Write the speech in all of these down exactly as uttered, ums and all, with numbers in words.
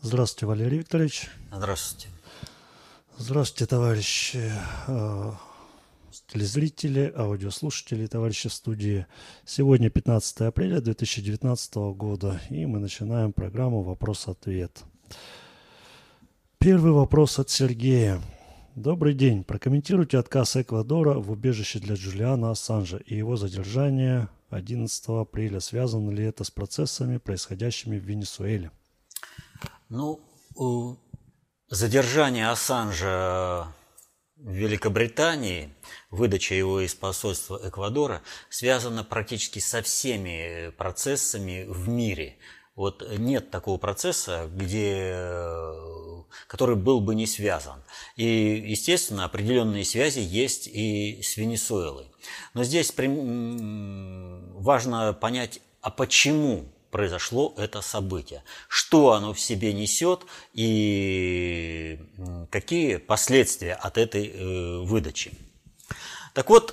Здравствуйте, Валерий Викторович. Здравствуйте. Здравствуйте, товарищи э, телезрители, аудиослушатели, товарищи в студии. Сегодня пятнадцатое апреля две тысячи девятнадцатого года, и мы начинаем программу «Вопрос-ответ». Первый вопрос от Сергея. Добрый день. Прокомментируйте отказ Эквадора в убежище для Джулиана Ассанжа и его задержание одиннадцатого апреля. Связано ли это с процессами, происходящими в Венесуэле? Ну, задержание Ассанжа в Великобритании, выдача его из посольства Эквадора, связано практически со всеми процессами в мире. Вот нет такого процесса, где, который был бы не связан. И, естественно, определенные связи есть и с Венесуэлой. Но здесь важно понять, а почему произошло это событие, что оно в себе несет и какие последствия от этой э, выдачи. Так вот,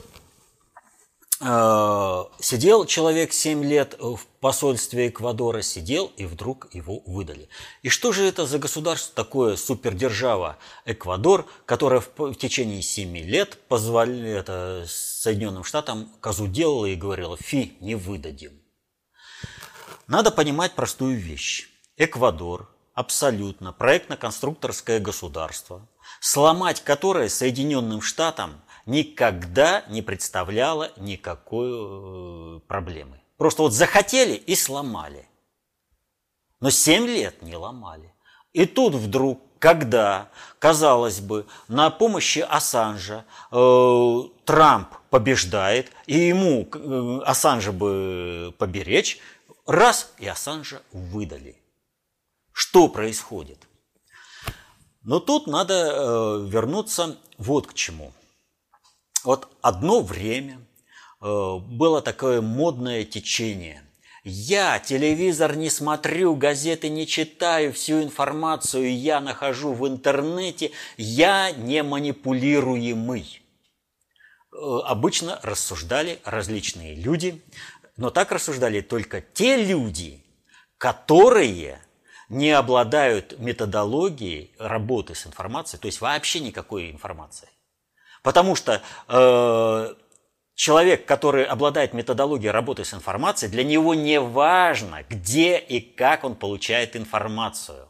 э, сидел человек семь лет в посольстве Эквадора, сидел, и вдруг его выдали. И что же это за государство такое, супердержава Эквадор, которая в, в течение семи лет позволяла это Соединенным Штатам козу делала и говорила: фи, не выдадим. Надо понимать простую вещь. Эквадор абсолютно проектно-конструкторское государство, сломать которое Соединенным Штатам никогда не представляло никакой проблемы. Просто вот захотели и сломали. Но семь лет не ломали. И тут вдруг, когда, казалось бы, на помощи Ассанжа э, Трамп побеждает, и ему э, Ассанжа бы поберечь, раз, и Ассанжа выдали. Что происходит? Но тут надо э, вернуться вот к чему. Вот одно время э, было такое модное течение. Я телевизор не смотрю, газеты не читаю, всю информацию я нахожу в интернете, я не манипулируемый. Э, обычно рассуждали различные люди. Но так рассуждали только те люди, которые не обладают методологией работы с информацией, то есть вообще никакой информацией. Потому что э, человек, который обладает методологией работы с информацией, для него не важно, где и как он получает информацию.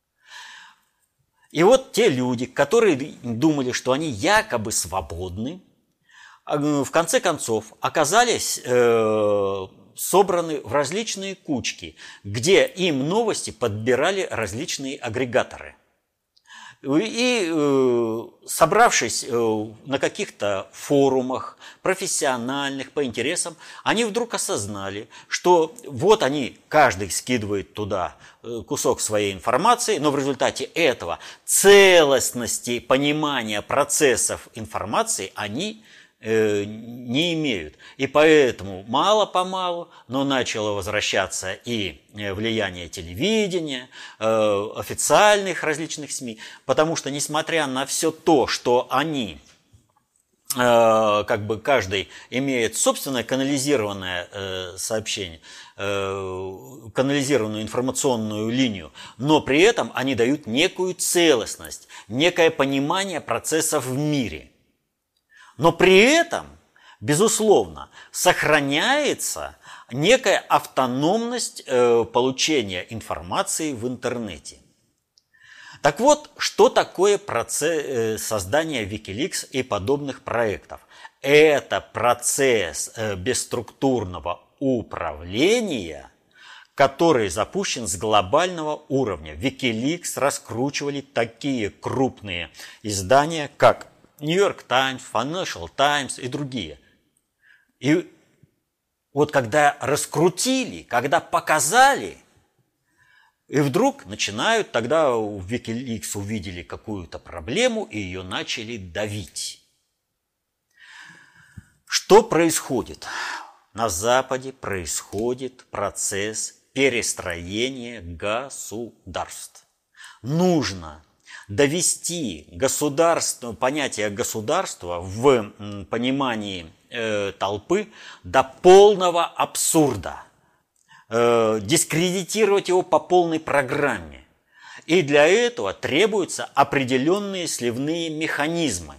И вот те люди, которые думали, что они якобы свободны, в конце концов оказались э, собраны в различные кучки, где им новости подбирали различные агрегаторы. И э, собравшись э, на каких-то форумах профессиональных по интересам, они вдруг осознали, что вот они, каждый скидывает туда кусок своей информации, но в результате этого целостности понимания процессов информации они не имеют. И поэтому мало-помалу, но начало возвращаться и влияние телевидения, официальных различных СМИ, потому что, несмотря на все то, что они, как бы каждый имеет собственное канализированное сообщение, канализированную информационную линию, но при этом они дают некую целостность, некое понимание процессов в мире. Но при этом, безусловно, сохраняется некая автономность э, получения информации в интернете. Так вот, что такое процесс э, создания Wikileaks и подобных проектов? Это процесс э, бесструктурного управления, который запущен с глобального уровня. Wikileaks раскручивали такие крупные издания, как New York Times, Financial Times и другие. И вот когда раскрутили, когда показали, и вдруг начинают, тогда в Wikileaks увидели какую-то проблему и ее начали давить. Что происходит? На Западе происходит процесс перестроения государств. Нужно довести государство, понятие государства в понимании э, толпы до полного абсурда, э, дискредитировать его по полной программе. И для этого требуются определенные сливные механизмы.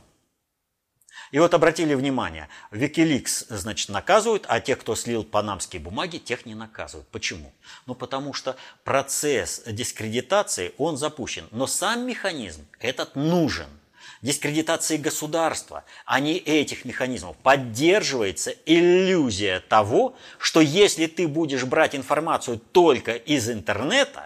И вот обратили внимание, Wikileaks, значит, наказывают, а тех, кто слил панамские бумаги, тех не наказывают. Почему? Ну, потому что процесс дискредитации, он запущен. Но сам механизм этот нужен. Дискредитации государства, а не этих механизмов. Поддерживается иллюзия того, что если ты будешь брать информацию только из интернета,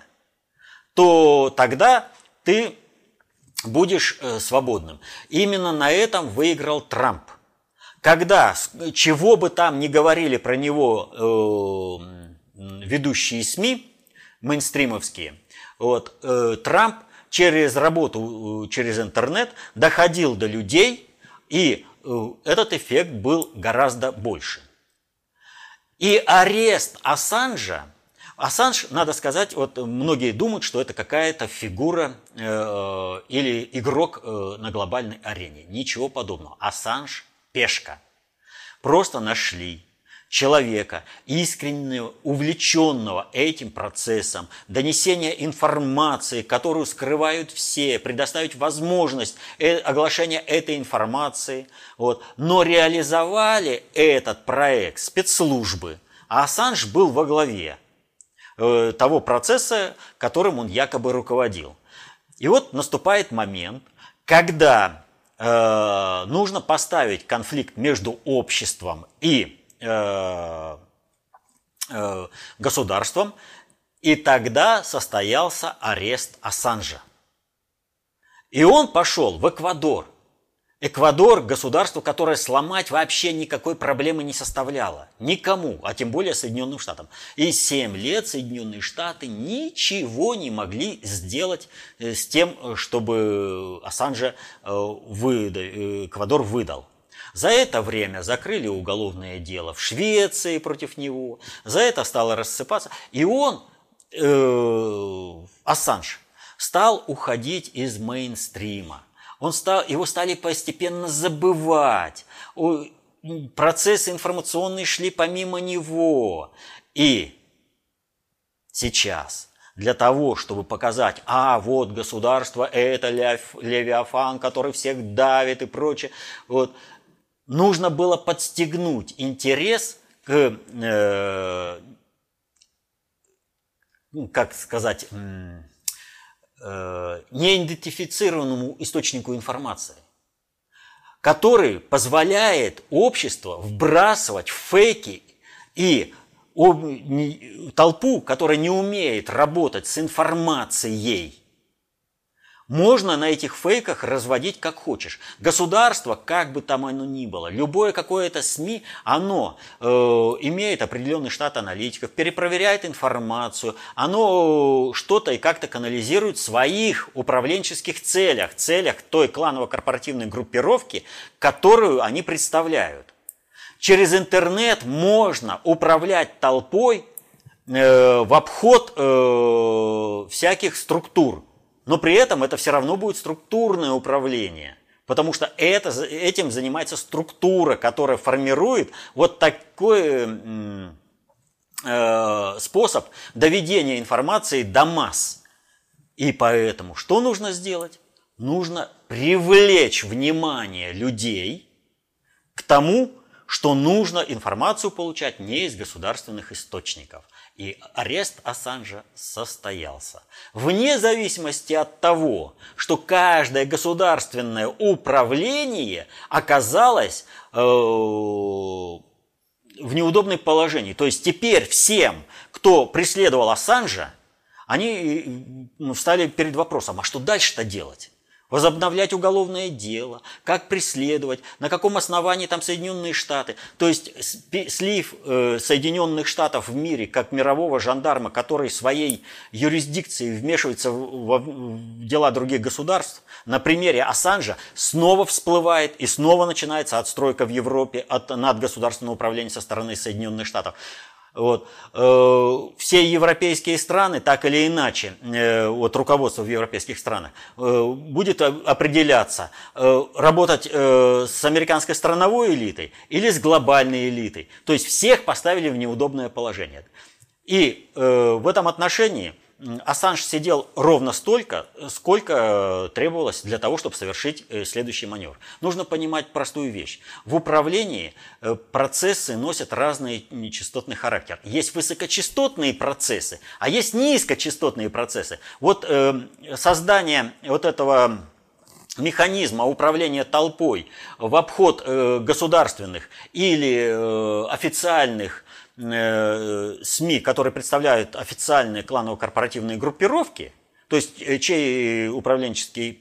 то тогда ты будешь свободным. Именно на этом выиграл Трамп. Когда, чего бы там ни говорили про него э, ведущие СМИ, мейнстримовские, вот, э, Трамп через работу, через интернет доходил до людей, и э, этот эффект был гораздо больше. И арест Ассанжа, Ассанж, надо сказать, вот многие думают, что это какая-то фигура э, или игрок э, на глобальной арене. Ничего подобного. Ассанж – пешка. Просто нашли человека, искренне увлеченного этим процессом, донесения информации, которую скрывают все, предоставить возможность оглашения этой информации. Вот. Но реализовали этот проект спецслужбы, а Ассанж был во главе того процесса, которым он якобы руководил. И вот наступает момент, когда э, нужно поставить конфликт между обществом и э, э, государством, и тогда состоялся арест Ассанжа. И он пошел в Эквадор. Эквадор – государство, которое сломать вообще никакой проблемы не составляло. Никому, а тем более Соединенным Штатам. И семь лет Соединенные Штаты ничего не могли сделать с тем, чтобы Ассанжа Эквадор выдал. За это время закрыли уголовное дело в Швеции против него. За это стало рассыпаться. И он, э, Ассанж, стал уходить из мейнстрима. Он стал, его стали постепенно забывать. Процессы информационные шли помимо него. И сейчас для того, чтобы показать, а вот государство это Левиафан, который всех давит и прочее, вот, нужно было подстегнуть интерес к, э, как сказать, неидентифицированному источнику информации, который позволяет обществу вбрасывать фейки и толпу, которая не умеет работать с информацией. Можно на этих фейках разводить как хочешь. Государство, как бы там оно ни было, любое какое-то СМИ, оно э, имеет определенный штат аналитиков, перепроверяет информацию, оно что-то и как-то канализирует в своих управленческих целях, целях той кланово-корпоративной группировки, которую они представляют. Через интернет можно управлять толпой э, в обход э, всяких структур. Но при этом это все равно будет структурное управление, потому что это, этим занимается структура, которая формирует вот такой э, способ доведения информации до масс. И поэтому что нужно сделать? Нужно привлечь внимание людей к тому, что нужно информацию получать не из государственных источников. И арест Ассанжа состоялся. Вне зависимости от того, что каждое государственное управление оказалось э, в неудобном положении. То есть теперь всем, кто преследовал Ассанжа, они встали перед вопросом, а что дальше-то делать? Возобновлять уголовное дело, как преследовать, на каком основании там Соединенные Штаты. То есть слив э, Соединенных Штатов в мире как мирового жандарма, который своей юрисдикцией вмешивается в, в, в дела других государств, на примере Ассанжа снова всплывает и снова начинается отстройка в Европе от надгосударственного управления со стороны Соединенных Штатов. Вот. Все европейские страны, так или иначе, вот руководство в европейских странах будет определяться, работать с американской страновой элитой или с глобальной элитой. То есть всех поставили в неудобное положение. И в этом отношении Ассанж сидел ровно столько, сколько требовалось для того, чтобы совершить следующий маневр. Нужно понимать простую вещь. В управлении процессы носят разный частотный характер. Есть высокочастотные процессы, а есть низкочастотные процессы. Вот создание вот этого механизма управления толпой в обход государственных или официальных СМИ, которые представляют официальные кланово-корпоративные группировки, то есть чей управленческий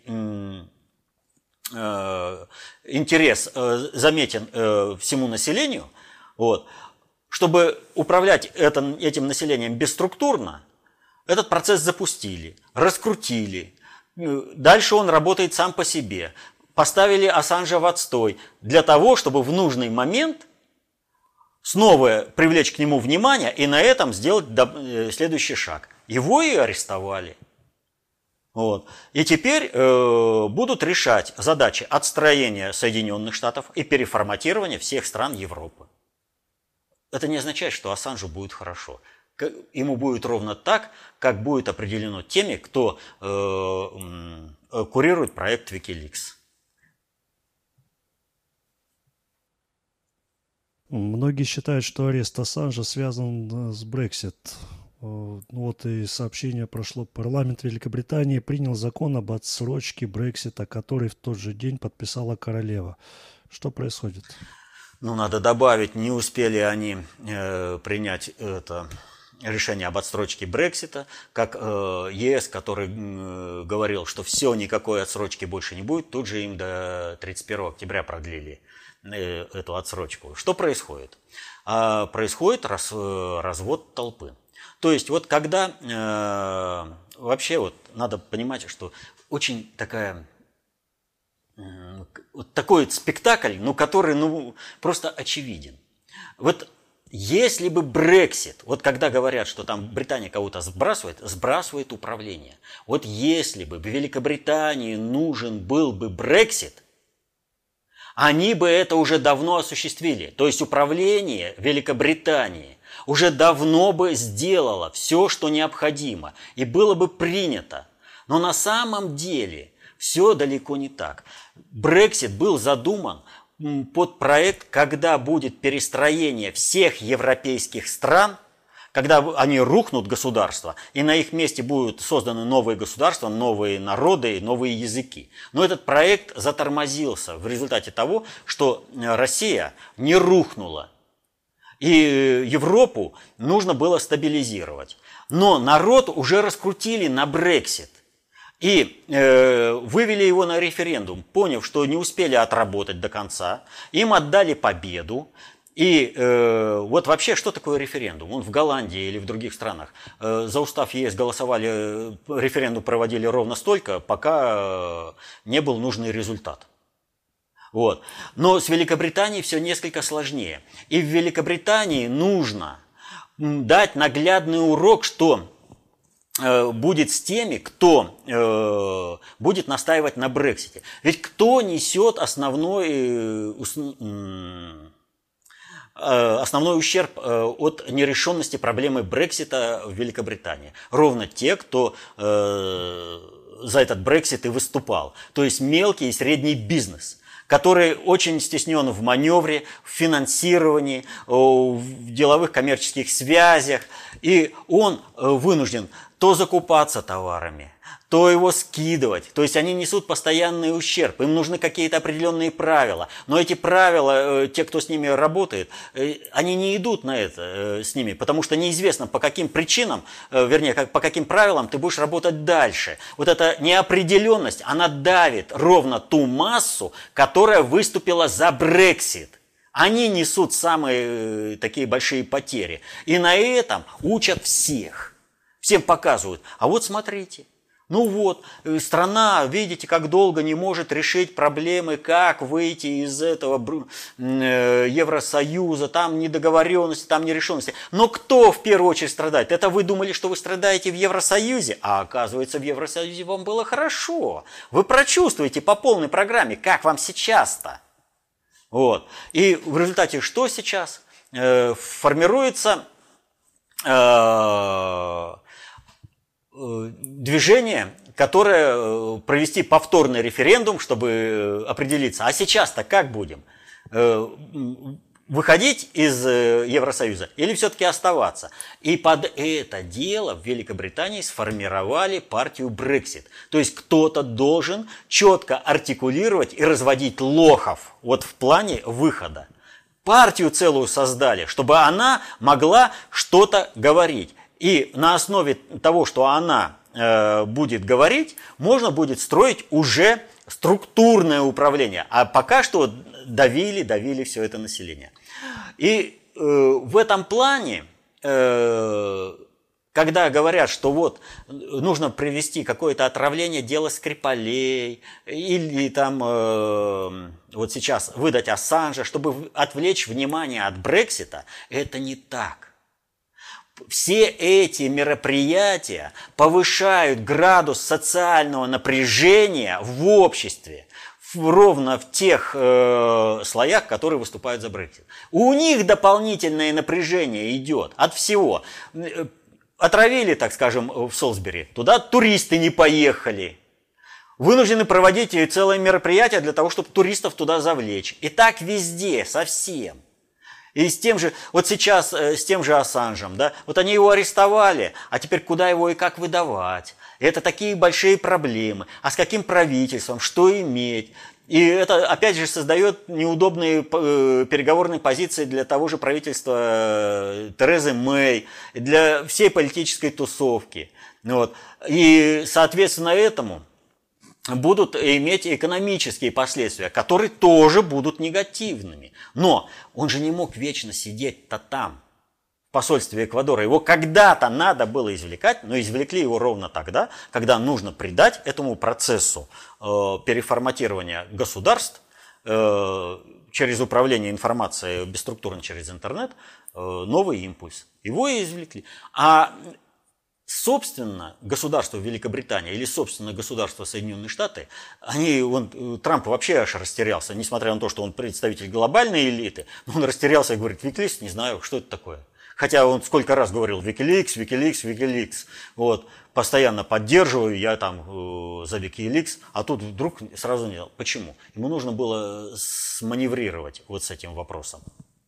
интерес заметен всему населению, вот, чтобы управлять это, этим населением бесструктурно, этот процесс запустили, раскрутили. Дальше он работает сам по себе. Поставили Ассанжа в отстой для того, чтобы в нужный момент снова привлечь к нему внимание и на этом сделать следующий шаг. Его и арестовали. Вот. И теперь э, будут решать задачи отстроения Соединенных Штатов и переформатирования всех стран Европы. Это не означает, что Ассанжу будет хорошо. Ему будет ровно так, как будет определено теми, кто э, э, курирует проект Wikileaks. Многие считают, что арест Ассанжа связан с Brexit. Вот и сообщение прошло. Парламент Великобритании принял закон об отсрочке Брексита, который в тот же день подписала королева. Что происходит? Ну, надо добавить, не успели они э, принять это решение об отсрочке Брексита, как э, ЕС, который э, говорил, что все, никакой отсрочки больше не будет, тут же им до тридцать первого октября продлили эту отсрочку. Что происходит? А происходит раз, развод толпы. То есть вот когда э, вообще вот надо понимать, что очень такая э, вот такой вот спектакль, ну который ну просто очевиден. Вот если бы Брексит, вот когда говорят, что там Британия кого-то сбрасывает, сбрасывает управление. Вот если бы в Великобритании нужен был бы Брексит, они бы это уже давно осуществили. То есть управление Великобритании уже давно бы сделало все, что необходимо, и было бы принято. Но на самом деле все далеко не так. Брексит был задуман под проект, когда будет перестроение всех европейских стран, когда они рухнут, государства, и на их месте будут созданы новые государства, новые народы, новые языки. Но этот проект затормозился в результате того, что Россия не рухнула. И Европу нужно было стабилизировать. Но народ уже раскрутили на Брексит. И э, вывели его на референдум, поняв, что не успели отработать до конца. Им отдали победу. И э, вот вообще, что такое референдум? Он в Голландии или в других странах э, за устав ЕС голосовали, э, референдум проводили ровно столько, пока э, не был нужный результат. Вот. Но с Великобританией все несколько сложнее. И в Великобритании нужно дать наглядный урок, что э, будет с теми, кто э, будет настаивать на Брексите. Ведь кто несет основной... Э, э, основной ущерб от нерешенности проблемы Брексита в Великобритании? Ровно те, кто э, за этот Брексит и выступал. То есть мелкий и средний бизнес, который очень стеснен в маневре, в финансировании, в деловых коммерческих связях. И он вынужден то закупаться товарами, то его скидывать. То есть они несут постоянный ущерб. Им нужны какие-то определенные правила. Но эти правила, те, кто с ними работает, они не идут на это с ними, потому что неизвестно, по каким причинам, вернее, по каким правилам ты будешь работать дальше. Вот эта неопределенность, она давит ровно ту массу, которая выступила за Брексит. Они несут самые такие большие потери. И на этом учат всех. Всем показывают. А вот смотрите. Ну вот, страна, видите, как долго не может решить проблемы, как выйти из этого Евросоюза, там недоговоренности, там нерешенности. Но кто в первую очередь страдает? Это вы думали, что вы страдаете в Евросоюзе, а оказывается, в Евросоюзе вам было хорошо. Вы прочувствуете по полной программе, как вам сейчас-то. Вот. И в результате что сейчас? Э, формируется... Э, движение, которое провести повторный референдум, чтобы определиться. А сейчас-то как будем? Выходить из Евросоюза или все-таки оставаться? И под это дело в Великобритании сформировали партию Brexit. То есть кто-то должен четко артикулировать и разводить лохов вот в плане выхода. Партию целую создали, чтобы она могла что-то говорить. И на основе того, что она э, будет говорить, можно будет строить уже структурное управление. А пока что давили, давили все это население. И э, в этом плане, э, когда говорят, что вот нужно привести какое-то отравление дела Скрипалей, или там э, вот сейчас выдать Ассанжа, чтобы отвлечь внимание от Брексита, это не так. Все эти мероприятия повышают градус социального напряжения в обществе, ровно в тех э, слоях, которые выступают за Брексит. У них дополнительное напряжение идет от всего. Отравили, так скажем, в Солсбери, туда туристы не поехали. Вынуждены проводить целое мероприятие для того, чтобы туристов туда завлечь. И так везде, совсем. И с тем же, вот сейчас с тем же Ассанжем, да, вот они его арестовали, а теперь куда его и как выдавать? Это такие большие проблемы. А с каким правительством, что иметь? И это, опять же, создает неудобные переговорные позиции для того же правительства Терезы Мэй, для всей политической тусовки. Вот. И, соответственно, этому будут иметь экономические последствия, которые тоже будут негативными. Но он же не мог вечно сидеть-то там, в посольстве Эквадора. Его когда-то надо было извлекать, но извлекли его ровно тогда, когда нужно придать этому процессу э, переформатирования государств э, через управление информацией бесструктурно через интернет э, новый импульс. Его и извлекли. А собственно, государство Великобритания или, собственно, государство Соединенные Штаты, они, он, Трамп вообще аж растерялся, несмотря на то, что он представитель глобальной элиты, но он растерялся и говорит: Wikileaks, не знаю, что это такое. Хотя он сколько раз говорил: Wikileaks, Wikileaks, Wikileaks. Вот, постоянно поддерживаю, я там э, за Wikileaks, а тут вдруг сразу не знал. Почему? Ему нужно было сманеврировать вот с этим вопросом.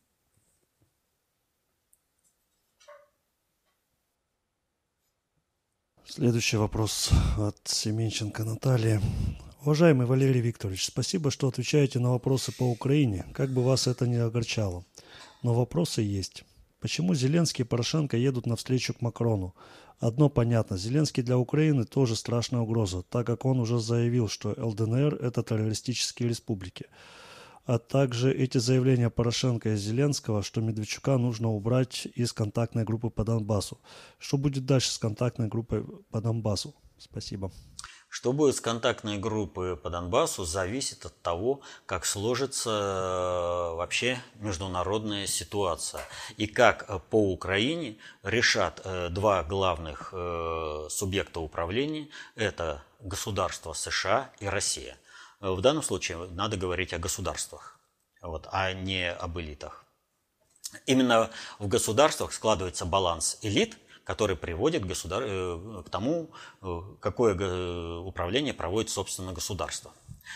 Следующий вопрос от Семенченко Натальи. Уважаемый Валерий Викторович, спасибо, что отвечаете на вопросы по Украине, как бы вас это ни огорчало. Но вопросы есть. Почему Зеленский и Порошенко едут навстречу к Макрону? Одно понятно, Зеленский для Украины тоже страшная угроза, так как он уже заявил, что эл дэ эн эр – это террористические республики. А также эти заявления Порошенко и Зеленского, что Медведчука нужно убрать из контактной группы по Донбассу. Что будет дальше с контактной группой по Донбассу? Спасибо. Что будет с контактной группой по Донбассу, зависит от того, как сложится вообще международная ситуация. И как по Украине решат два главных субъекта управления. Это государство США и Россия. В данном случае надо говорить о государствах, вот, а не об элитах. Именно в государствах складывается баланс элит, который приводит государ... к тому, какое управление проводит, собственно, государство.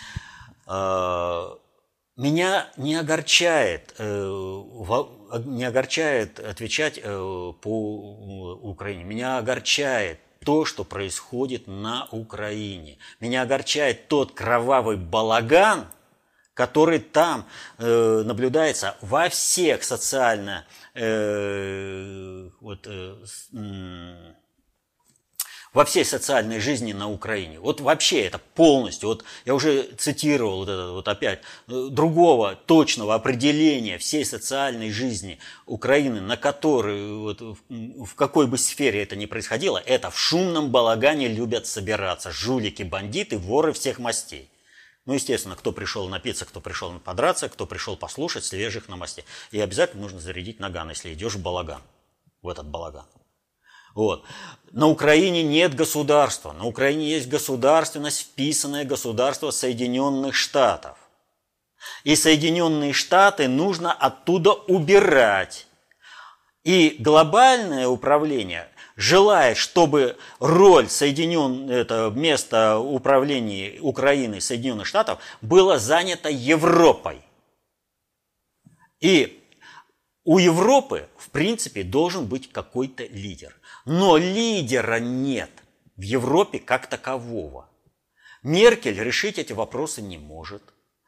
Меня не огорчает, не огорчает отвечать по Украине. Меня огорчает то, что происходит на Украине. Меня огорчает тот кровавый балаган, который там э, наблюдается во всех социально э, вот, э, э, во всей социальной жизни на Украине. Вот вообще это полностью, вот я уже цитировал вот это вот опять, другого точного определения всей социальной жизни Украины, на которой, вот, в какой бы сфере это ни происходило, это в шумном балагане любят собираться жулики, бандиты, воры всех мастей. Ну, естественно, кто пришел напиться, кто пришел подраться, кто пришел послушать свежих новостей. И обязательно нужно зарядить наган, если идешь в балаган, в этот балаган. Вот. На Украине нет государства. На Украине есть государственность, вписанное государство Соединенных Штатов. И Соединенные Штаты нужно оттуда убирать. И глобальное управление желает, чтобы роль Соединен... это место управления Украины Соединенных Штатов было занято Европой. И у Европы, в принципе, должен быть какой-то лидер. Но лидера нет в Европе как такового. Меркель решить эти вопросы не может.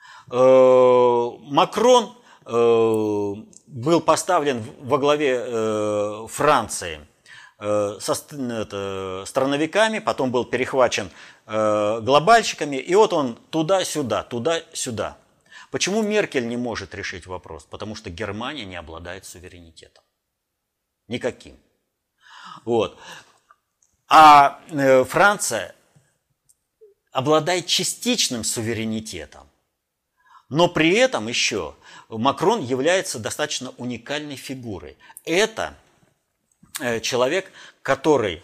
Макрон был поставлен во главе Франции со страновиками, потом был перехвачен глобальщиками, и вот он туда-сюда, туда-сюда. Почему Меркель не может решить вопрос? Потому что Германия не обладает суверенитетом. Никаким. Вот. А Франция обладает частичным суверенитетом. Но при этом еще Макрон является достаточно уникальной фигурой. Это человек, который,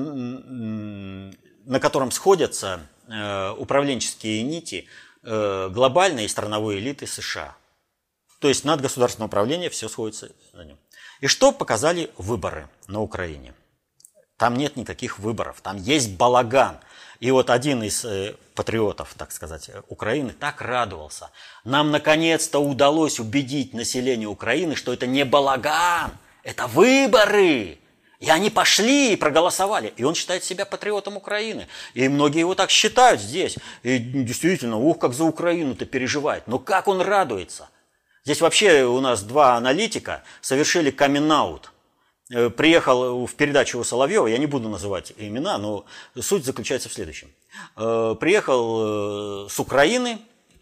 на котором сходятся управленческие нити глобальной и страновой элиты США. То есть над государственное управление все сходится на нем. И что показали выборы на Украине? Там нет никаких выборов, там есть балаган. И вот один из патриотов, так сказать, Украины так радовался. Нам наконец-то удалось убедить население Украины, что это не балаган, это выборы. И они пошли и проголосовали. И он считает себя патриотом Украины. И многие его так считают здесь. И действительно, ух, как за Украину-то переживает. Но как он радуется. Здесь вообще у нас два аналитика совершили камин-аут. Приехал в передачу у Соловьева, я не буду называть имена, но суть заключается в следующем. Приехал с Украины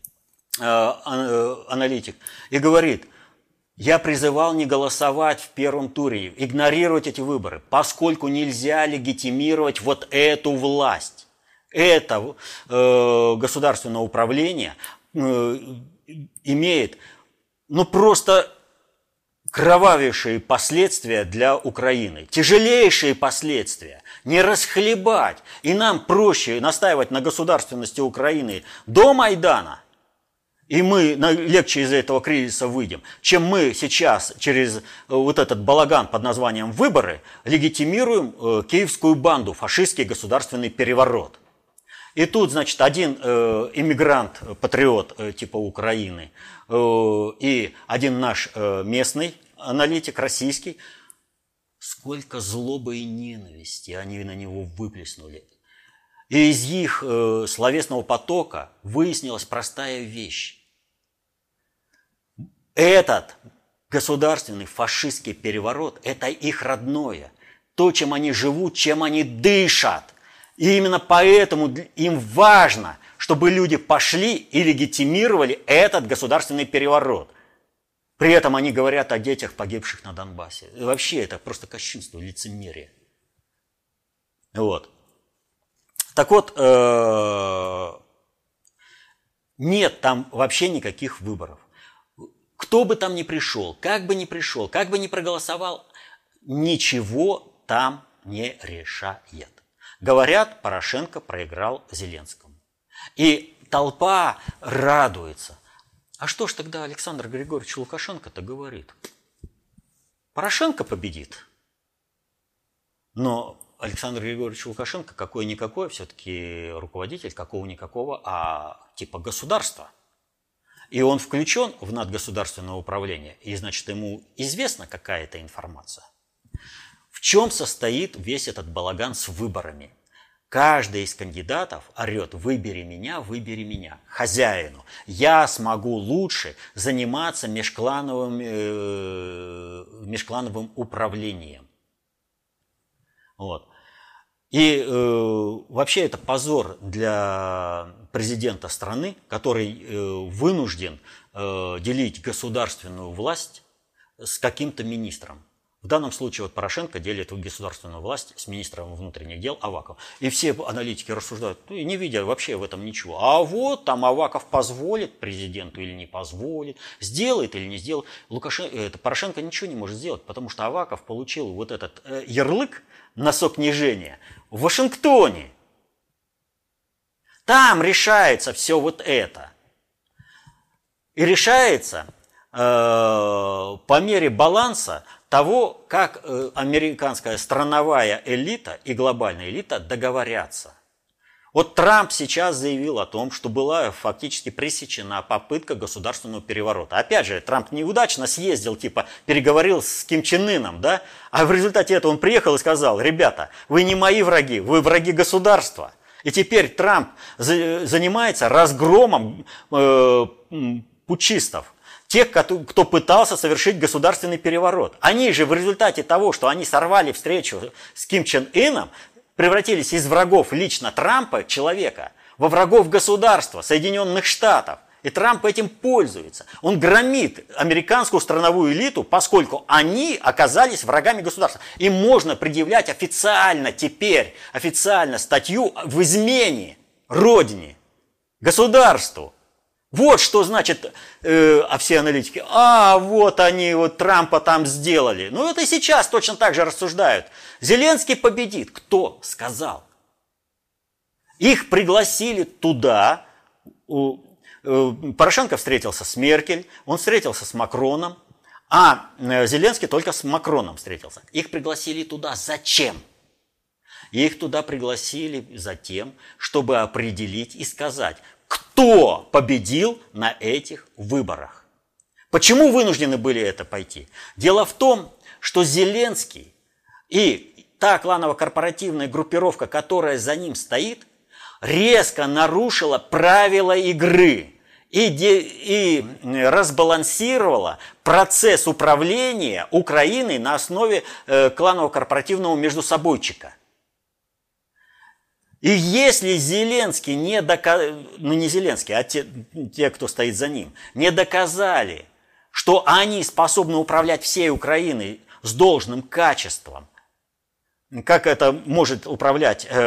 аналитик и говорит: я призывал не голосовать в первом туре, игнорировать эти выборы, поскольку нельзя легитимировать вот эту власть. Это э, государственное управление э, имеет ну, просто кровавейшие последствия для Украины, тяжелейшие последствия. Не расхлебать. И нам проще настаивать на государственности Украины до Майдана, и мы легче из этого кризиса выйдем, чем мы сейчас через вот этот балаган под названием выборы легитимируем киевскую банду, фашистский государственный переворот. И тут, значит, один иммигрант, патриот типа Украины и один наш местный аналитик, российский, сколько злобы и ненависти они на него выплеснули. И из их словесного потока выяснилась простая вещь. Этот государственный фашистский переворот – это их родное. То, чем они живут, чем они дышат. И именно поэтому им важно, чтобы люди пошли и легитимировали этот государственный переворот. При этом они говорят о детях, погибших на Донбассе. И вообще это просто кощунство, лицемерие. Вот. Так вот, нет там вообще никаких выборов. Кто бы там ни пришел, как бы ни пришел, как бы ни проголосовал, ничего там не решает. Говорят, Порошенко проиграл Зеленскому. И толпа радуется. А что ж тогда Александр Григорьевич Лукашенко-то говорит? Порошенко победит. Но Александр Григорьевич Лукашенко какой-никакой, все-таки руководитель какого-никакого, а типа государства. И он включен в надгосударственное управление, и, значит, ему известна какая-то информация. В чем состоит весь этот балаган с выборами? Каждый из кандидатов орет: выбери меня, выбери меня, хозяину. Я смогу лучше заниматься межклановым, э, межклановым управлением. Вот. И э, вообще это позор для президента страны, который э, вынужден э, делить государственную власть с каким-то министром. В данном случае вот Порошенко делит государственную власть с министром внутренних дел Аваковым. И все аналитики рассуждают, ну, не видя вообще в этом ничего. А вот там Аваков позволит президенту или не позволит, сделает или не сделает. Лукашенко, это, Порошенко ничего не может сделать, потому что Аваков получил вот этот э, ярлык носок нижения в Вашингтоне. Там решается все вот это. И решается по мере баланса того, как американская страновая элита и глобальная элита договорятся. Вот Трамп сейчас заявил о том, что была фактически пресечена попытка государственного переворота. Опять же, Трамп неудачно съездил, типа переговорил с Ким Чен Ыном, да? А в результате этого он приехал и сказал: ребята, вы не мои враги, вы враги государства. И теперь Трамп занимается разгромом э, путчистов, тех, кто пытался совершить государственный переворот. Они же в результате того, что они сорвали встречу с Ким Чен Ыном, превратились из врагов лично Трампа, человека, во врагов государства, Соединенных Штатов. И Трамп этим пользуется. Он громит американскую страновую элиту, поскольку они оказались врагами государства. Им можно предъявлять официально теперь, официально статью в измене родине, государству. Вот что значит, э, а все аналитики: а вот они вот Трампа там сделали. Ну это и сейчас точно так же рассуждают. Зеленский победит. Кто сказал? Их пригласили туда. Порошенко встретился с Меркель, он встретился с Макроном, а Зеленский только с Макроном встретился. Их пригласили туда зачем? Их туда пригласили за тем, чтобы определить и сказать, кто победил на этих выборах. Почему вынуждены были это пойти? Дело в том, что Зеленский и та кланово-корпоративная группировка, которая за ним стоит, резко нарушила правила игры и, де, и разбалансировала процесс управления Украиной на основе э, кланово-корпоративного междусобойчика. И если Зеленский не доказал, ну не Зеленский, а те, те, кто стоит за ним, не доказали, что они способны управлять всей Украиной с должным качеством, как это может управлять э,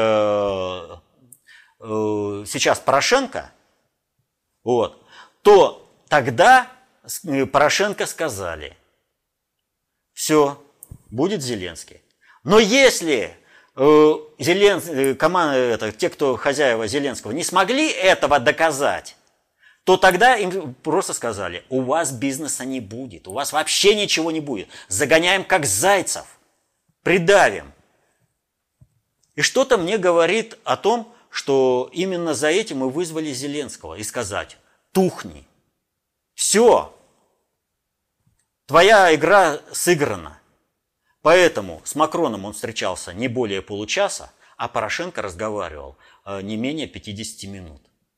э, сейчас Порошенко, вот, то тогда Порошенко сказали: все, будет Зеленский. Но если Зелен... команда, это, те, кто хозяева Зеленского, не смогли этого доказать, то тогда им просто сказали: у вас бизнеса не будет, у вас вообще ничего не будет. Загоняем как зайцев, придавим. И что-то мне говорит о том, что именно за этим и вызвали Зеленского. И сказать: тухни, все, твоя игра сыграна. Поэтому с Макроном он встречался не более получаса, а Порошенко разговаривал не менее пятидесяти минут.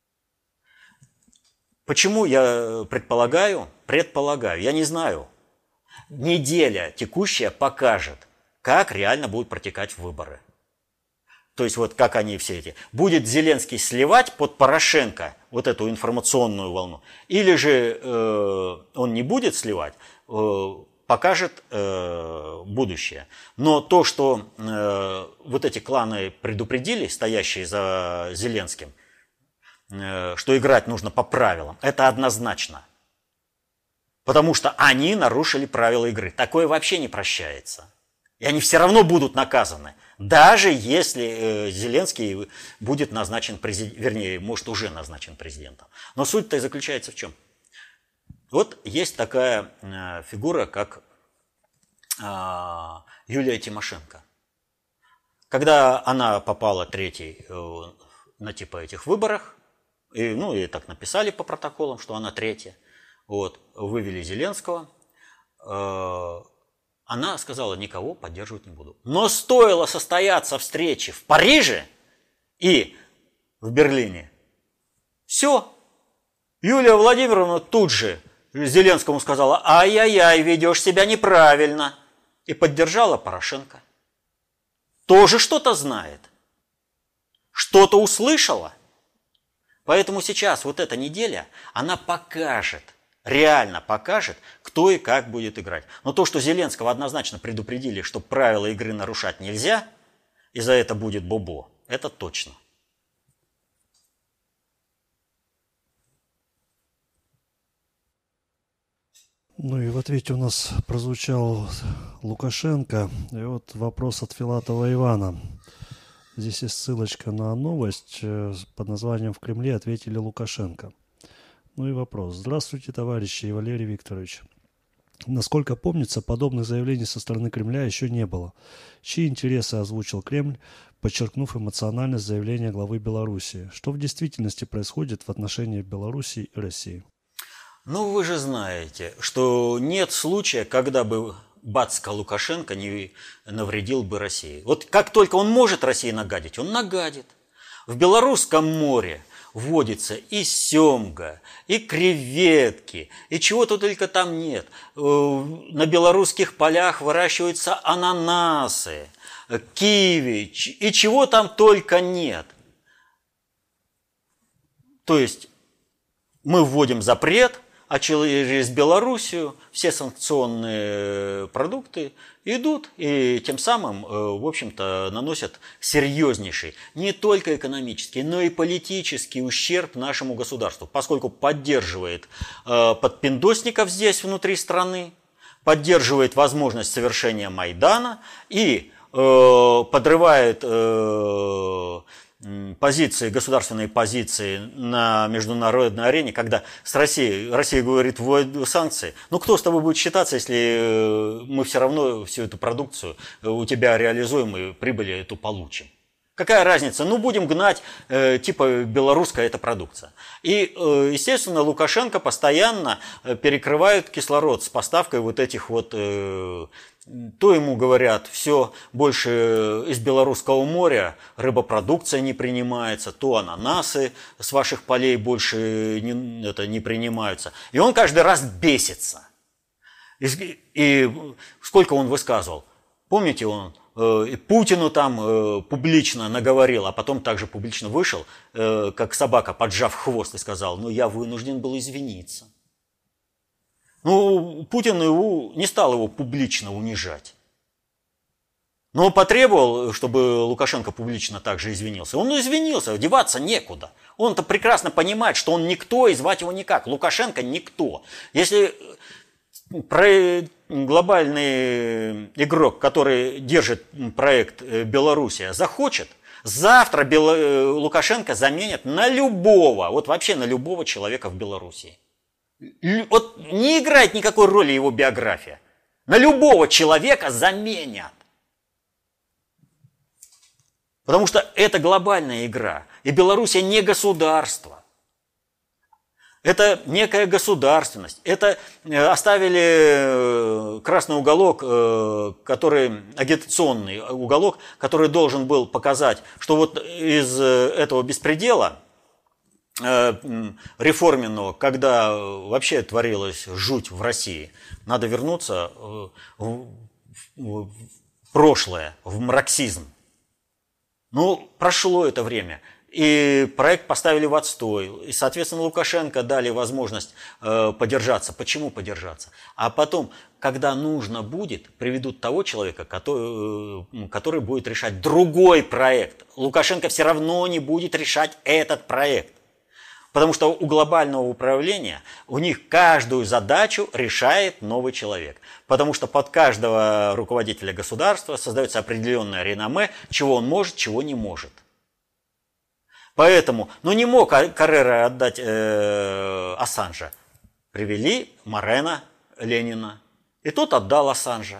Почему я предполагаю? Предполагаю, я не знаю. Неделя текущая покажет, как реально будут протекать выборы. То есть вот как они все эти. Будет Зеленский сливать под Порошенко вот эту информационную волну, или же э, он не будет сливать, э, покажет э, будущее. Но то, что э, вот эти кланы предупредили, стоящие за Зеленским, э, что играть нужно по правилам, это однозначно. Потому что они нарушили правила игры. Такое вообще не прощается. И они все равно будут наказаны. Даже если э, Зеленский будет назначен президентом, вернее, может, уже назначен президентом. Но суть-то и заключается в чем? Вот есть такая э, фигура, как э, Юлия Тимошенко. Когда она попала третьей э, на типа этих выборах, и, ну и так написали по протоколам, что она третья, вот, вывели Зеленского, э, она сказала: никого поддерживать не буду. Но стоило состояться встрече в Париже и в Берлине, все, Юлия Владимировна тут же Зеленскому сказала: ай-яй-яй, ведешь себя неправильно. И поддержала Порошенко. Тоже что-то знает. Что-то услышала. Поэтому сейчас вот эта неделя, она покажет, реально покажет, кто и как будет играть. Но то, что Зеленского однозначно предупредили, что правила игры нарушать нельзя, и за это будет бобо, это точно. Ну и в ответе у нас прозвучал Лукашенко. И вот вопрос от Филатова Ивана. Здесь есть ссылочка на новость под названием «В Кремле ответили Лукашенко». Ну и вопрос. Здравствуйте, товарищи и Валерий Викторович. Насколько помнится, подобных заявлений со стороны Кремля еще не было. Чьи интересы озвучил Кремль, подчеркнув эмоциональность заявления главы Белоруссии? Что в действительности происходит в отношении Белоруссии и России? Ну, вы же знаете, что нет случая, когда бы Бацка Лукашенко не навредил бы России. Вот как только он может России нагадить, он нагадит. В Белорусском море водится и семга, и креветки, и чего-то только там нет. На белорусских полях выращиваются ананасы, киви, и чего там только нет. То есть мы вводим запрет, а через Белоруссию все санкционные продукты идут и тем самым, в общем-то, наносят серьезнейший, не только экономический, но и политический ущерб нашему государству, поскольку поддерживает подпиндосников здесь, внутри страны, поддерживает возможность совершения Майдана и подрывает позиции, государственные позиции на международной арене, когда с Россией, Россия говорит, вводит санкции. Ну, кто с тобой будет считаться, если мы все равно всю эту продукцию у тебя реализуем и прибыли эту получим? Какая разница? Ну, будем гнать, э, типа, белорусская эта продукция. И, э, естественно, Лукашенко постоянно перекрывает кислород с поставкой вот этих вот... Э, то ему говорят, все больше из Белорусского моря рыбопродукция не принимается, то ананасы с ваших полей больше не, это, не принимаются. И он каждый раз бесится. И, и сколько он высказывал? Помните, он э, и Путину там э, публично наговорил, а потом также публично вышел, э, как собака, поджав хвост, и сказал, ну я вынужден был извиниться. Ну, Путин его, не стал его публично унижать. Но он потребовал, чтобы Лукашенко публично также извинился. Он извинился, деваться некуда. Он-то прекрасно понимает, что он никто, и звать его никак. Лукашенко никто. Если глобальный игрок, который держит проект Белоруссия, захочет, завтра Лукашенко заменят на любого, вот вообще на любого человека в Белоруссии. Вот не играет никакой роли его биография. На любого человека заменят. Потому что это глобальная игра. И Белоруссия не государство. Это некая государственность. Это оставили красный уголок, который, агитационный уголок, который должен был показать, что вот из этого беспредела реформенного, когда вообще творилась жуть в России, надо вернуться в прошлое, в марксизм. Ну, прошло это время, и проект поставили в отстой, и, соответственно, Лукашенко дали возможность подержаться. Почему подержаться? А потом, когда нужно будет, приведут того человека, который, который будет решать другой проект. Лукашенко все равно не будет решать этот проект. Потому что у глобального управления у них каждую задачу решает новый человек. Потому что под каждого руководителя государства создается определенное реноме, чего он может, чего не может. Поэтому, ну не мог Каррера отдать э, Ассанжа. Привели Морено, Ленина. И тот отдал Ассанжа.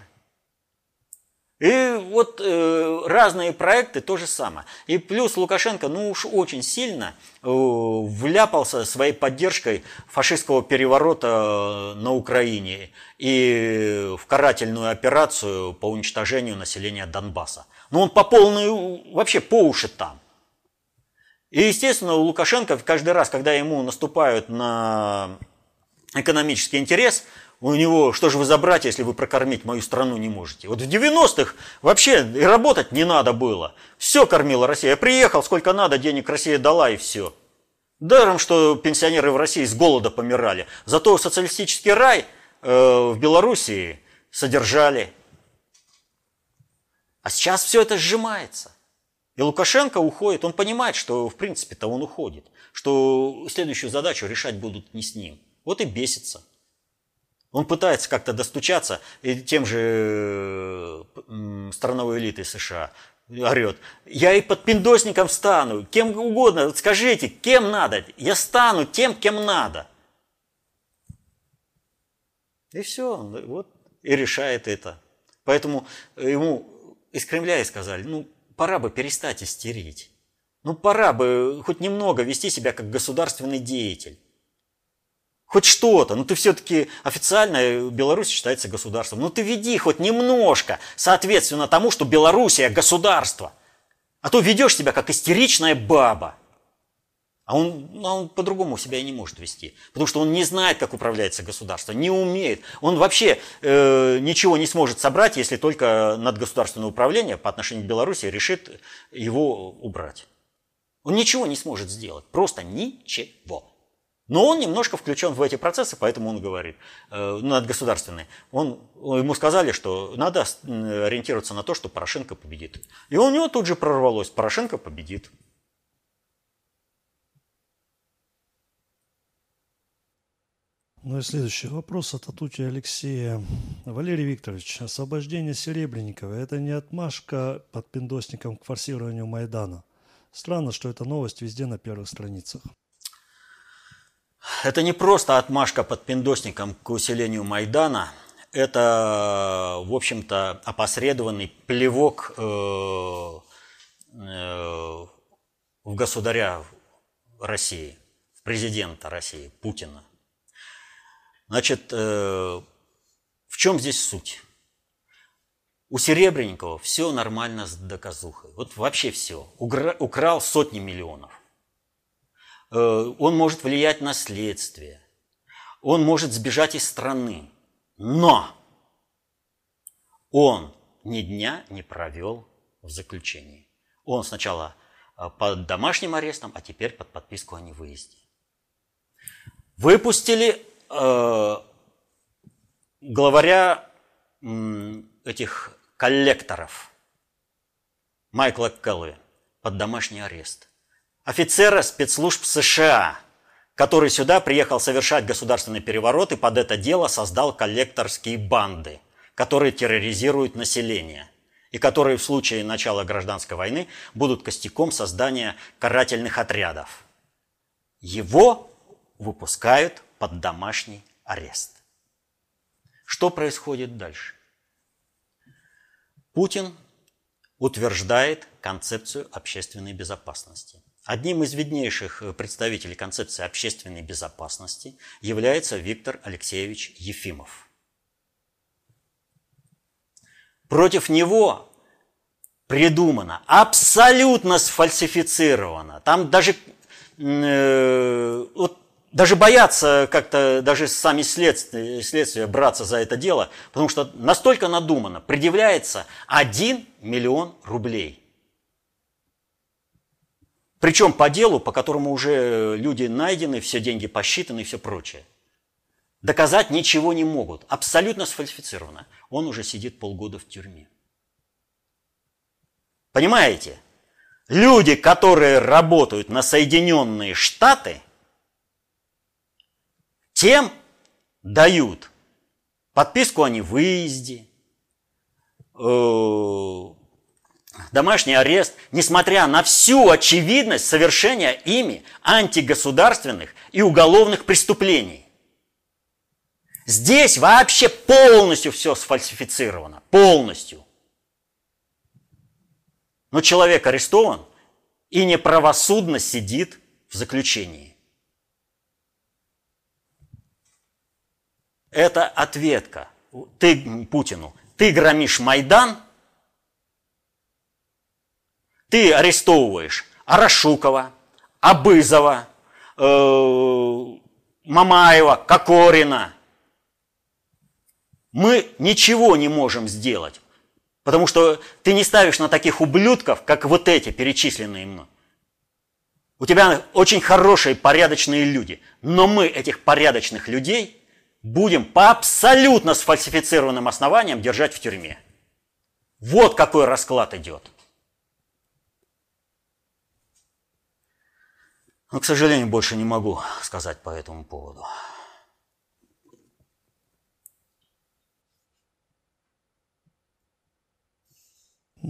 И вот э, разные проекты то же самое. И плюс Лукашенко, ну уж очень сильно э, вляпался своей поддержкой фашистского переворота на Украине и в карательную операцию по уничтожению населения Донбасса. Ну он по полной, вообще по уши там. И естественно Лукашенко каждый раз, когда ему наступают на экономический интерес, у него, что же вы за братья, если вы прокормить мою страну не можете? Вот в девяностых вообще и работать не надо было. Все кормила Россия. Я приехал, сколько надо, денег Россия дала и все. Даром, что пенсионеры в России с голода помирали. Зато социалистический рай э, в Белоруссии содержали. А сейчас все это сжимается. И Лукашенко уходит. Он понимает, что в принципе-то он уходит. Что следующую задачу решать будут не с ним. Вот и бесится. Он пытается как-то достучаться и тем же страновой элитой США. Орет, я и под пиндосником стану, кем угодно, скажите, кем надо, я стану тем, кем надо. И все, вот, и решает это. Поэтому ему из Кремля и сказали, ну, пора бы перестать истерить. Ну, пора бы хоть немного вести себя как государственный деятель. Хоть что-то. Ну, ты все-таки официально Беларусь считается государством. Ну, ты веди хоть немножко, соответственно тому, что Белоруссия государство. А то ведешь себя как истеричная баба. А он, ну, он по-другому себя и не может вести. Потому что он не знает, как управляется государство, не умеет. Он вообще э, ничего не сможет собрать, если только надгосударственное управление по отношению к Беларуси решит его убрать. Он ничего не сможет сделать. Просто ничего. Но он немножко включен в эти процессы, поэтому он говорит, э, надгосударственные. Он, ему сказали, что надо ориентироваться на то, что Порошенко победит. И у него тут же прорвалось, Порошенко победит. Ну и следующий вопрос от Атути Алексея. Валерий Викторович, освобождение Серебренникова – это не отмашка под пиндосником к форсированию Майдана? Странно, что эта новость везде на первых страницах. Это не просто отмашка под пиндосником к усилению Майдана. Это, в общем-то, опосредованный плевок э, э, в государя России, в президента России, Путина. Значит, э, в чем здесь суть? У Серебренникова все нормально с доказухой. Вот вообще все. Угра- украл сотни миллионов. Э, он может влиять на следствие. Он может сбежать из страны. Но он ни дня не провел в заключении. Он сначала под домашним арестом, а теперь под подписку о невыезде. Выпустили э, главаря э, этих коллекторов Майкла Келлоуи под домашний арест. Офицера спецслужб США, который сюда приехал совершать государственный переворот и под это дело создал коллекторские банды, которые терроризируют население и которые в случае начала гражданской войны будут костяком создания карательных отрядов. Его выпускают под домашний арест. Что происходит дальше? Путин утверждает концепцию общественной безопасности. Одним из виднейших представителей концепции общественной безопасности является Виктор Алексеевич Ефимов. Против него придумано, абсолютно сфальсифицировано. Там даже, э, вот, даже боятся как-то, даже сами следствия, следствия браться за это дело, потому что настолько надумано. Предъявляется один миллион рублей. Причем по делу, по которому уже люди найдены, все деньги посчитаны и все прочее. Доказать ничего не могут. Абсолютно сфальсифицировано. Он уже сидит полгода в тюрьме. Понимаете? Люди, которые работают на Соединенные Штаты, тем дают подписку о невыезде, домашний арест, несмотря на всю очевидность совершения ими антигосударственных и уголовных преступлений. Здесь вообще полностью все сфальсифицировано. Полностью. Но человек арестован и неправосудно сидит в заключении. Это ответка. Ты, Путину, ты громишь Майдан, ты арестовываешь Арашукова, Абызова, э, Мамаева, Кокорина. Мы ничего не можем сделать, потому что ты не ставишь на таких ублюдков, как вот эти, перечисленные мной. У тебя очень хорошие, порядочные люди, но мы этих порядочных людей будем по абсолютно сфальсифицированным основаниям держать в тюрьме. Вот какой расклад идет. Но, к сожалению, больше не могу сказать по этому поводу.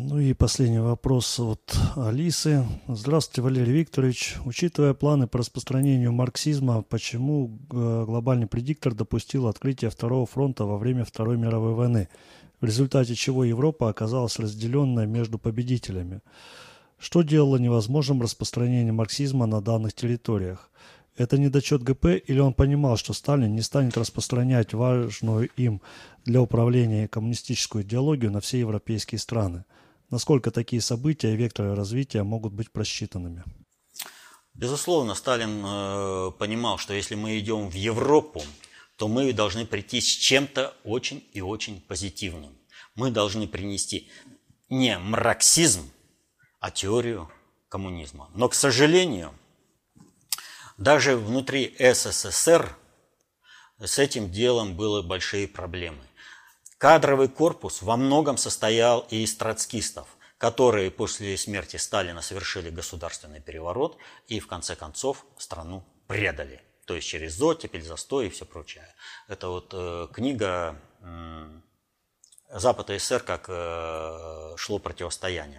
Ну и последний вопрос от Алисы. Здравствуйте, Валерий Викторович. Учитывая планы по распространению марксизма, почему глобальный предиктор допустил открытие Второго фронта во время Второй мировой войны, в результате чего Европа оказалась разделенной между победителями? Что делало невозможным распространение марксизма на данных территориях? Это недочет ГП, или он понимал, что Сталин не станет распространять важную им для управления коммунистическую идеологию на все европейские страны? Насколько такие события и векторы развития могут быть просчитанными? Безусловно, Сталин э, понимал, что если мы идем в Европу, то мы должны прийти с чем-то очень и очень позитивным. Мы должны принести не марксизм, а теорию коммунизма. Но, к сожалению, даже внутри СССР с этим делом были большие проблемы. Кадровый корпус во многом состоял из троцкистов, которые после смерти Сталина совершили государственный переворот и в конце концов страну предали. То есть через оттепель, застой и все прочее. Это вот э, книга э, «Запад и СССР. Как э, шло противостояние».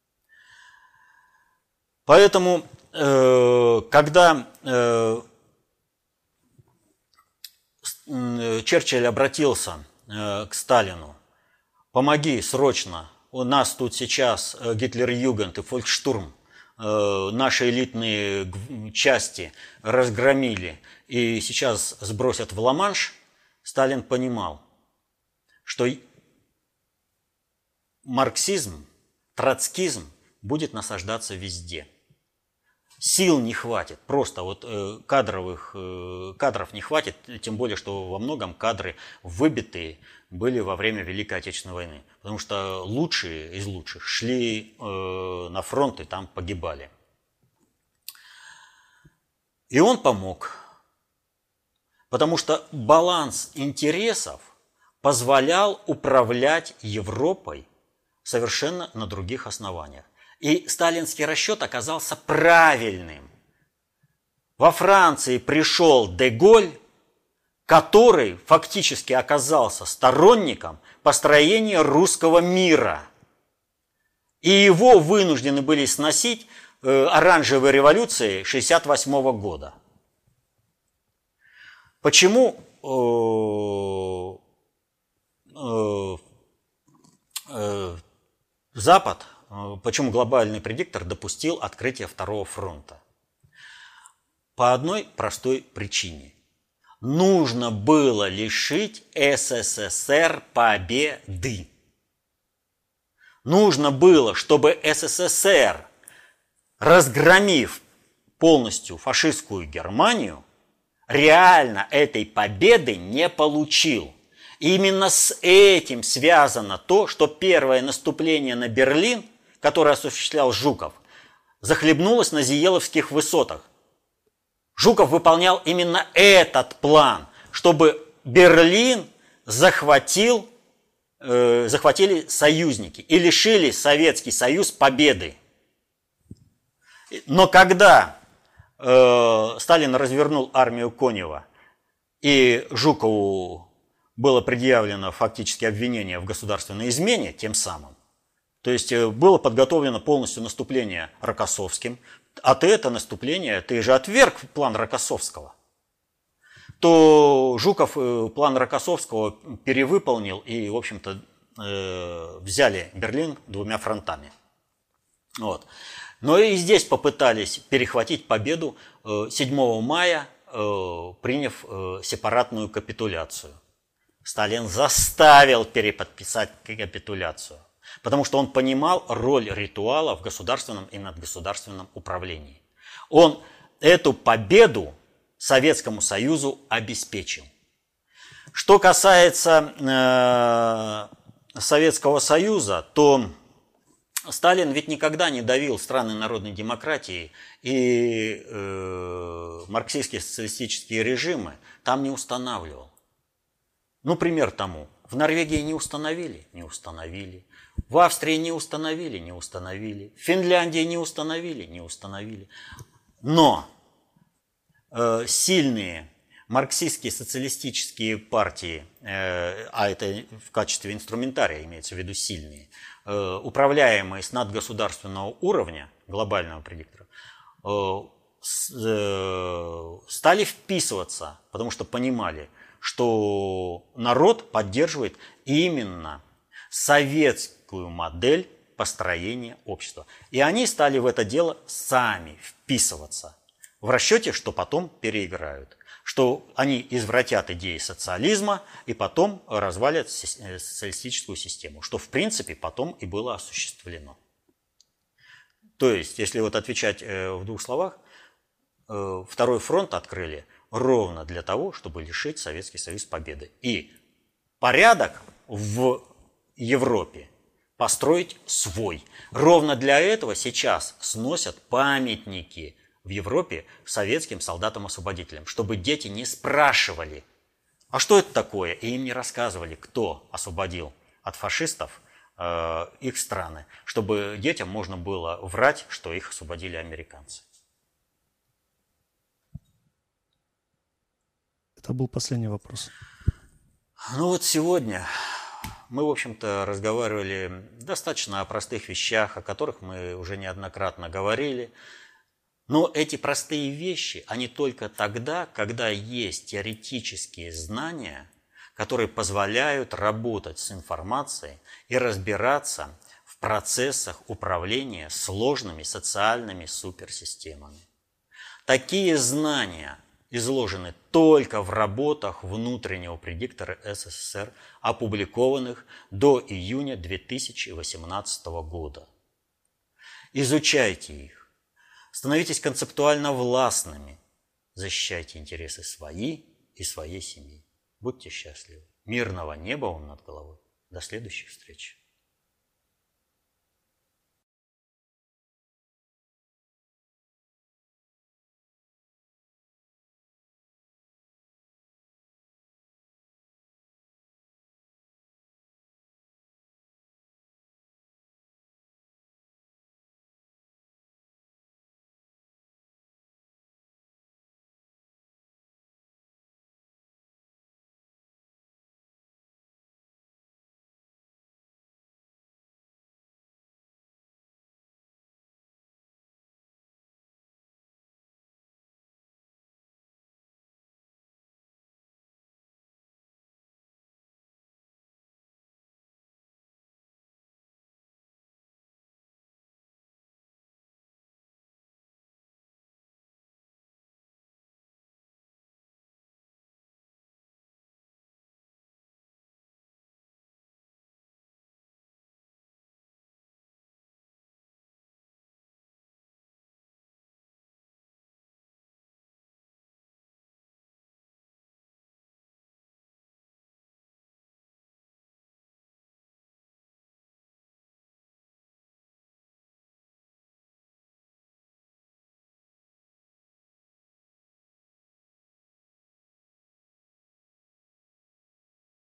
Поэтому, э, когда э, Черчилль обратился э, к Сталину: «Помоги срочно, у нас тут сейчас Гитлер-Югент и Фольксштурм, э, наши элитные части разгромили и сейчас сбросят в Ла-Манш», Сталин понимал, что марксизм, троцкизм будет насаждаться везде. Сил не хватит, просто вот э, кадровых, э, кадров не хватит, тем более, что во многом кадры выбитые были во время Великой Отечественной войны, потому что лучшие из лучших шли э, на фронт и там погибали. И он помог, потому что баланс интересов позволял управлять Европой совершенно на других основаниях. И сталинский расчет оказался правильным. Во Франции пришел де-Голь, который фактически оказался сторонником построения русского мира. И его вынуждены были сносить э, оранжевой революцией шестьдесят восьмого года. Почему э, э, э, Запад, почему глобальный предиктор допустил открытие Второго фронта? По одной простой причине. Нужно было лишить СССР победы. Нужно было, чтобы СССР, разгромив полностью фашистскую Германию, реально этой победы не получил. И именно с этим связано то, что первое наступление на Берлин, которое осуществлял Жуков, захлебнулось на Зиеловских высотах. Жуков выполнял именно этот план, чтобы Берлин захватил, э, захватили союзники и лишили Советский Союз победы. Но когда э, Сталин развернул армию Конева и Жукову было предъявлено фактически обвинение в государственной измене тем самым, то есть было подготовлено полностью наступление Рокоссовским, а ты это наступление, ты же отверг план Рокоссовского, то Жуков план Рокоссовского перевыполнил и, в общем-то, взяли Берлин двумя фронтами. Вот. Но и здесь попытались перехватить победу седьмого мая, приняв сепаратную капитуляцию. Сталин заставил переподписать капитуляцию, потому что он понимал роль ритуала в государственном и надгосударственном управлении. Он эту победу Советскому Союзу обеспечил. Что касается э, Советского Союза, то Сталин ведь никогда не давил страны народной демократии, и э, марксистские социалистические режимы там не устанавливал. Ну, пример тому. В Норвегии не установили? Не установили. В Австрии не установили? Не установили. В Финляндии не установили? Не установили. Но э, сильные марксистские социалистические партии, э, а это в качестве инструментария имеется в виду сильные, э, управляемые с надгосударственного уровня, глобального предиктора, э, с, э, стали вписываться, потому что понимали, что народ поддерживает именно советскую модель построения общества. И они стали в это дело сами вписываться в расчете, что потом переиграют, что они извратят идеи социализма и потом развалят социалистическую систему, что в принципе потом и было осуществлено. То есть, если вот отвечать в двух словах, второй фронт открыли ровно для того, чтобы лишить Советский Союз победы. И порядок в Европе построить свой. Ровно для этого сейчас сносят памятники в Европе советским солдатам-освободителям, чтобы дети не спрашивали, а что это такое, и им не рассказывали, кто освободил от фашистов э, их страны, чтобы детям можно было врать, что их освободили американцы. Это был последний вопрос. Ну вот сегодня мы, в общем-то, разговаривали достаточно о простых вещах, о которых мы уже неоднократно говорили. Но эти простые вещи, они только тогда, когда есть теоретические знания, которые позволяют работать с информацией и разбираться в процессах управления сложными социальными суперсистемами. Такие знания изложены только в работах внутреннего предиктора СССР, опубликованных до июня две тысячи восемнадцатого года. Изучайте их, становитесь концептуально властными, защищайте интересы свои и своей семьи. Будьте счастливы. Мирного неба вам над головой. До следующих встреч.